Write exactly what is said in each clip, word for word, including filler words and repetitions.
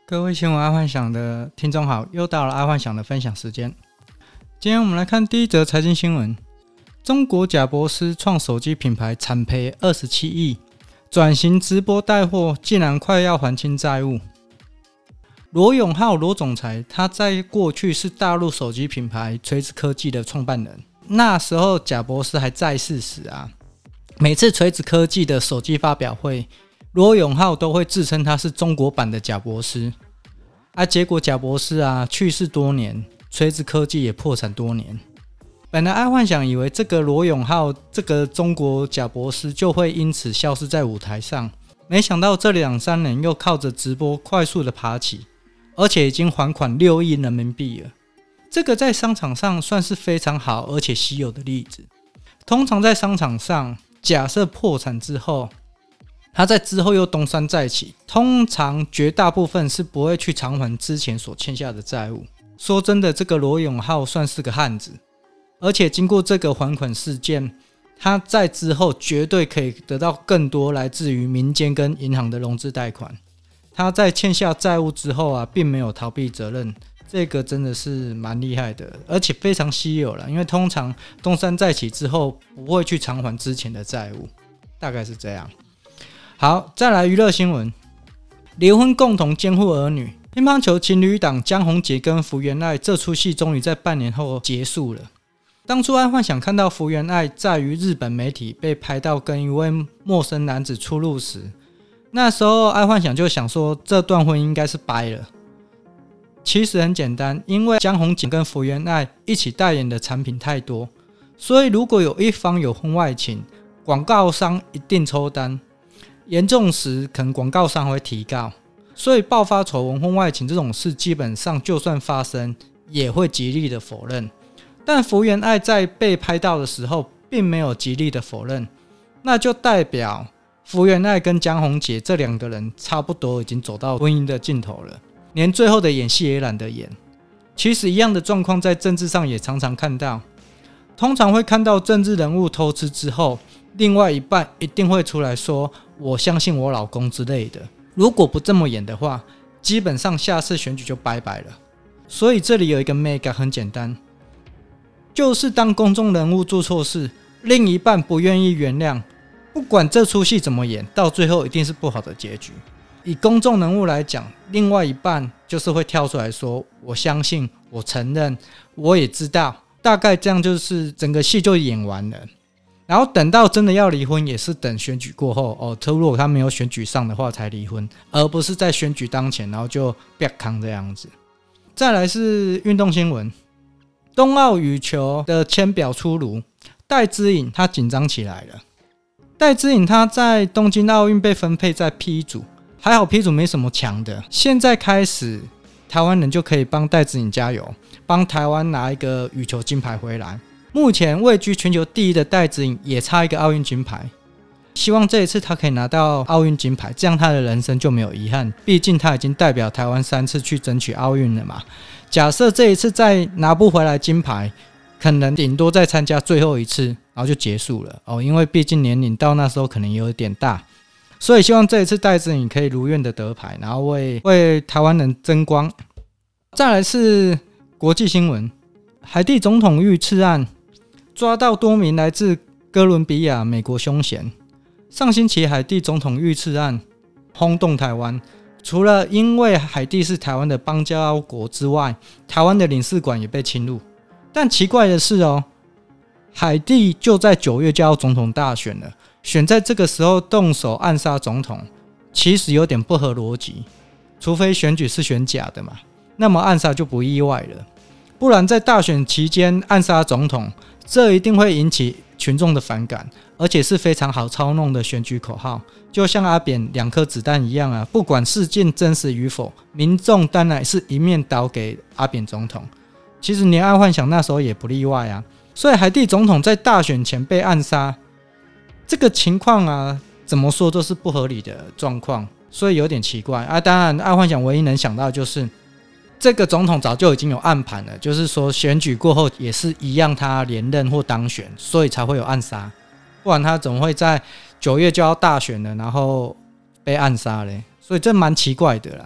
各位新闻爱幻想的听众好，又到了爱幻想的分享时间。今天我们来看第一则财经新闻：中国贾伯斯创手机品牌惨赔二十七亿，转型直播带货竟然快要还清债务。罗永浩罗总裁，他在过去是大陆手机品牌锤子科技的创办人。那时候贾伯斯还在世时啊，每次锤子科技的手机发表会，罗永浩都会自称他是中国版的贾伯斯啊。结果贾伯斯啊去世多年，锤子科技也破产多年。本来爱幻想以为这个罗永浩这个中国贾伯斯就会因此消失在舞台上，没想到这两三年又靠着直播快速的爬起，而且已经还款六亿人民币了。这个在商场上算是非常好而且稀有的例子。通常在商场上，假设破产之后，他在之后又东山再起，通常绝大部分是不会去偿还之前所欠下的债务。说真的，这个罗永浩算是个汉子，而且经过这个还款事件，他在之后绝对可以得到更多来自于民间跟银行的融资贷款。他在欠下债务之后啊，并没有逃避责任，这个真的是蛮厉害的，而且非常稀有了，因为通常东山再起之后不会去偿还之前的债务，大概是这样。好，再来娱乐新闻：离婚共同监护儿女，乒乓球情侣档江宏杰跟福原爱这出戏终于在半年后结束了。当初爱幻想看到福原爱在于日本媒体被拍到跟一位陌生男子出入时，那时候爱幻想就想说这段婚姻应该是掰了。其实很简单，因为江宏杰跟福原爱一起代言的产品太多，所以如果有一方有婚外情，广告商一定抽单，严重时可能广告商会提告，所以爆发丑闻婚外情这种事基本上就算发生也会极力的否认。但福原爱在被拍到的时候并没有极力的否认，那就代表福原爱跟江宏杰这两个人差不多已经走到婚姻的尽头了，连最后的演戏也懒得演。其实一样的状况在政治上也常常看到，通常会看到政治人物偷吃之后，另外一半一定会出来说我相信我老公之类的。如果不这么演的话，基本上下次选举就拜拜了。所以这里有一个 mega 很简单，就是当公众人物做错事，另一半不愿意原谅，不管这出戏怎么演，到最后一定是不好的结局。以公众人物来讲，另外一半就是会跳出来说我相信，我承认，我也知道，大概这样就是整个戏就演完了。然后等到真的要离婚，也是等选举过后哦，如果他没有选举上的话才离婚，而不是在选举当前然后就别扛这样子。再来是运动新闻：冬奥羽球的签表出炉，戴资颖他紧张起来了。戴资颖他在东京奥运被分配在 P 组，还好 P 组没什么强的，现在开始台湾人就可以帮戴资颖加油，帮台湾拿一个羽球金牌回来。目前位居全球第一的戴资颖也差一个奥运金牌，希望这一次他可以拿到奥运金牌，这样他的人生就没有遗憾，毕竟他已经代表台湾三次去争取奥运了嘛。假设这一次再拿不回来金牌，可能顶多再参加最后一次然后就结束了哦，因为毕竟年龄到那时候可能有点大，所以希望这一次戴资颖可以如愿的得牌，然后为为台湾人争光。再来是国际新闻：海地总统遇刺案，抓到多名来自哥伦比亚美国凶嫌。上星期海地总统遇刺案轰动台湾，除了因为海地是台湾的邦交国之外，台湾的领事馆也被侵入。但奇怪的是哦，海地就在九月就要总统大选了，选在这个时候动手暗杀总统，其实有点不合逻辑。除非选举是选假的嘛，那么暗杀就不意外了。不然在大选期间暗杀总统，这一定会引起群众的反感，而且是非常好操弄的选举口号，就像阿扁两颗子弹一样啊！不管事件真实与否，民众当然是一面倒给阿扁总统。其实连爱幻想那时候也不例外啊。所以海地总统在大选前被暗杀，这个情况啊，怎么说都是不合理的状况，所以有点奇怪啊。当然，爱幻想唯一能想到就是，这个总统早就已经有暗盘了，就是说选举过后也是一样他连任或当选，所以才会有暗杀，不然他怎么会在九月就要大选了，然后被暗杀嘞？所以这蛮奇怪的啦。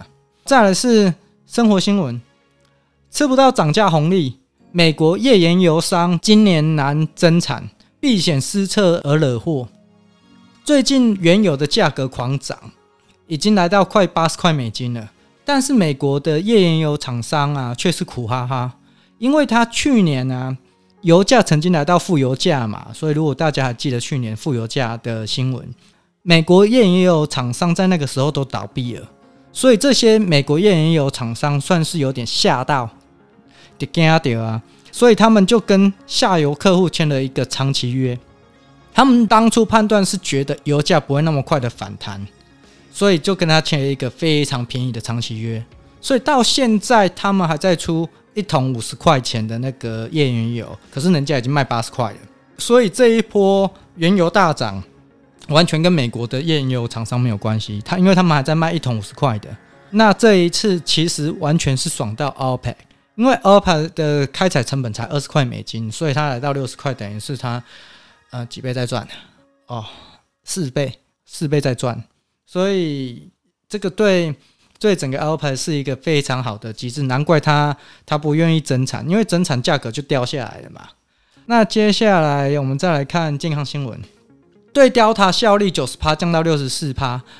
再来是生活新闻，吃不到涨价红利，美国页岩油商今年难增产，避险失策而惹祸。最近原油的价格狂涨，已经来到快八十块美金了，但是美国的页岩油厂商啊却是苦哈哈，因为他去年啊油价曾经来到负油价嘛，所以如果大家还记得去年负油价的新闻，美国页岩油厂商在那个时候都倒闭了，所以这些美国页岩油厂商算是有点吓到，就怕到啊，所以他们就跟下游客户签了一个长期约。他们当初判断是觉得油价不会那么快的反弹，所以就跟他签了一个非常便宜的长期约。所以到现在他们还在出一桶五十块钱的那个页岩油，可是人家已经卖八十块了。所以这一波原油大涨完全跟美国的页岩油厂商没有关系，他因为他们还在卖一桶五十块的。那这一次其实完全是爽到 OPEC， 因为 OPEC 的开采成本才二十块美金，所以他来到六十块，等于是他呃几倍在赚哦，四倍四倍在赚，所以这个对对整个 OPEC 是一个非常好的机制，难怪他他不愿意增产，因为增产价格就掉下来了嘛。那接下来我们再来看健康新闻，对 Delta 效力 百分之九十 降到 百分之六十四，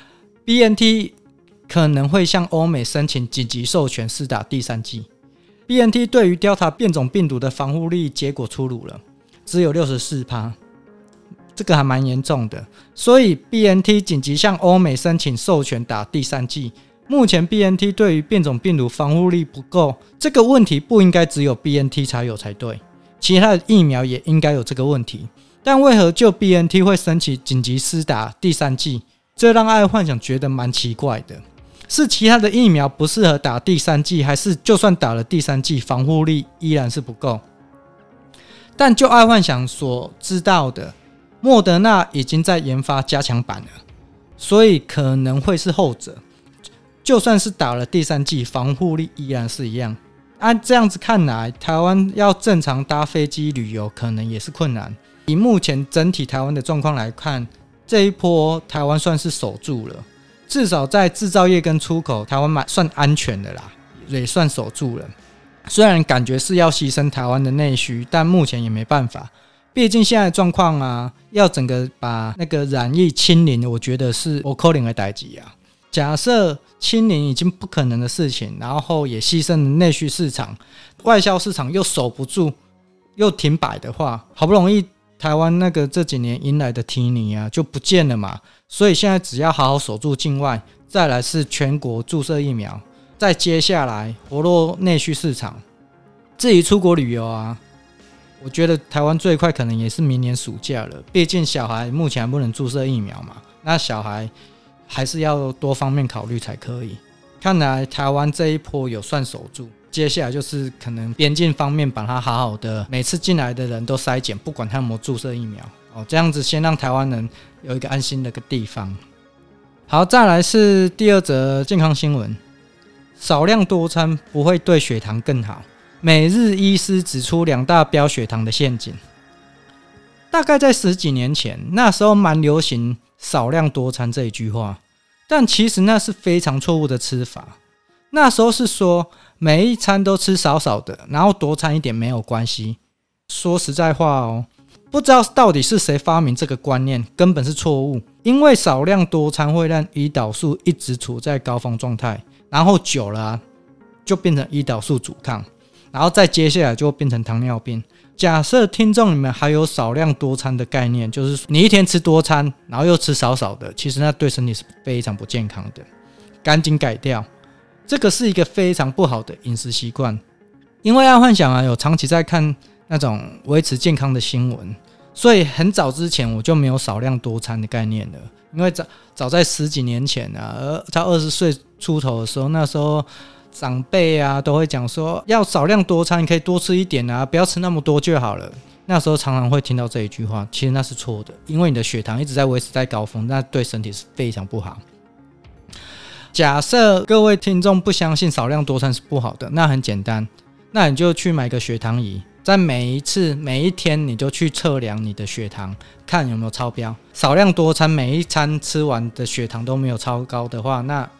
B N T 可能会向欧美申请紧急授权施打第三剂。 B N T 对于 Delta 变种病毒的防护力结果出炉了，只有 百分之六十四，这个还蛮严重的，所以 B N T 紧急向欧美申请授权打第三剂。目前 B N T 对于变种病毒防护力不够，这个问题不应该只有 B N T 才有才对，其他的疫苗也应该有这个问题，但为何就 B N T 会申请紧急施打第三剂？这让爱幻想觉得蛮奇怪的，是其他的疫苗不适合打第三剂，还是就算打了第三剂防护力依然是不够？但就爱幻想所知道的，莫德纳已经在研发加强版了，所以可能会是后者，就算是打了第三剂防护力依然是一样。按这样子看来，台湾要正常搭飞机旅游可能也是困难。以目前整体台湾的状况来看，这一波台湾算是守住了，至少在制造业跟出口台湾蛮算安全的啦，也算守住了。虽然感觉是要牺牲台湾的内需，但目前也没办法，毕竟现在的状况啊，要整个把那个染疫清零，我觉得是不可能的代志啊。假设清零已经不可能的事情，然后也牺牲了内需市场，外销市场又守不住，又停摆的话，好不容易台湾那个这几年迎来的提尼啊就不见了嘛。所以现在只要好好守住境外，再来是全国注射疫苗，再接下来活络内需市场。至于出国旅游啊，我觉得台湾最快可能也是明年暑假了，毕竟小孩目前还不能注射疫苗嘛，那小孩还是要多方面考虑才可以。看来台湾这一波有算守住，接下来就是可能边境方面把它好好的，每次进来的人都筛检，不管他有没有注射疫苗哦，这样子先让台湾人有一个安心的个地方。好，再来是第二则健康新闻，少量多餐不会对血糖更好。每日医师指出两大标血糖的陷阱。大概在十几年前，那时候蛮流行少量多餐这一句话，但其实那是非常错误的吃法。那时候是说每一餐都吃少少的，然后多餐一点没有关系。说实在话哦，不知道到底是谁发明这个观念，根本是错误。因为少量多餐会让胰岛素一直处在高峰状态，然后久了啊，就变成胰岛素阻抗，然后再接下来就会变成糖尿病。假设听众里面还有少量多餐的概念，就是你一天吃多餐，然后又吃少少的，其实那对身体是非常不健康的，赶紧改掉。这个是一个非常不好的饮食习惯。因为爱幻想啊，有长期在看那种维持健康的新闻，所以很早之前我就没有少量多餐的概念了。因为早早在十几年前啊，在二十岁出头的时候，那时候长辈啊都会讲说要少量多餐，可以多吃一点啊，不要吃那么多就好了。那时候常常会听到这一句话，其实那是错的，因为你的血糖一直在维持在高峰，那对身体是非常不好。假设各位听众不相信少量多餐是不好的，那很简单，那你就去买个血糖仪，在每一次每一天你就去测量你的血糖，看有没有超标。少量多餐每一餐吃完的血糖都没有超高的话，那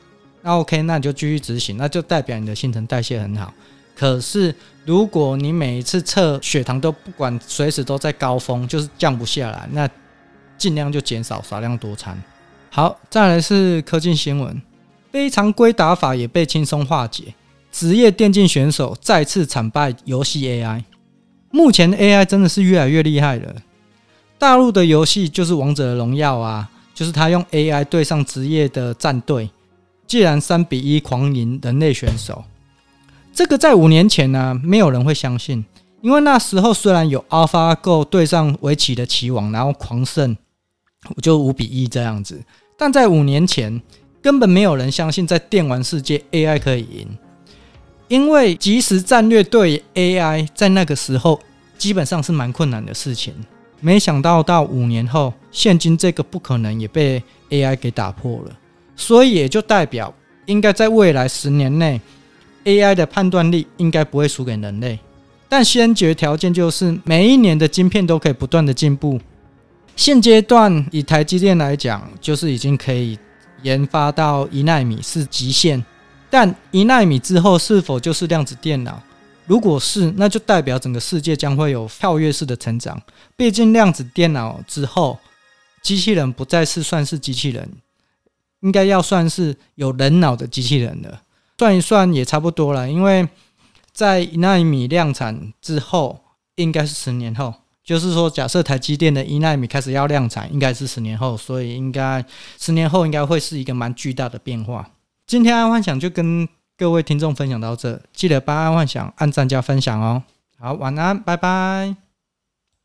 那 OK， 那你就继续执行，那就代表你的新陈代谢很好。可是如果你每一次测血糖都不管随时都在高峰，就是降不下来，那尽量就减少少量多餐。好，再来是科技新闻，非常规打法也被轻松化解，职业电竞选手再次惨败游戏 A I。 目前的 A I 真的是越来越厉害了，大陆的游戏就是王者荣耀啊，就是他用 A I 对上职业的战队，既然三比一狂赢人类选手，这个在五年前呢、啊，没有人会相信，因为那时候虽然有 AlphaGo 对上围棋的棋王，然后狂胜，就五比一这样子，但在五年前根本没有人相信在电玩世界 A I 可以赢，因为即时战略对 A I 在那个时候基本上是蛮困难的事情。没想到到五年后，现今这个不可能也被 A I 给打破了，所以也就代表应该在未来十年内 A I 的判断力应该不会输给人类，但先决条件就是每一年的晶片都可以不断的进步。现阶段以台积电来讲，就是已经可以研发到一奈米是极限，但一奈米之后是否就是量子电脑？如果是，那就代表整个世界将会有跳跃式的成长。毕竟量子电脑之后，机器人不再是算是机器人，应该要算是有人脑的机器人了。算一算也差不多了，因为在一奈米量产之后，应该是十年后。就是说，假设台积电的一奈米开始要量产，应该是十年后，所以应该十年后应该会是一个蛮巨大的变化。今天安幻想就跟各位听众分享到这，记得帮安幻想按赞加分享哦。好，晚安，拜拜。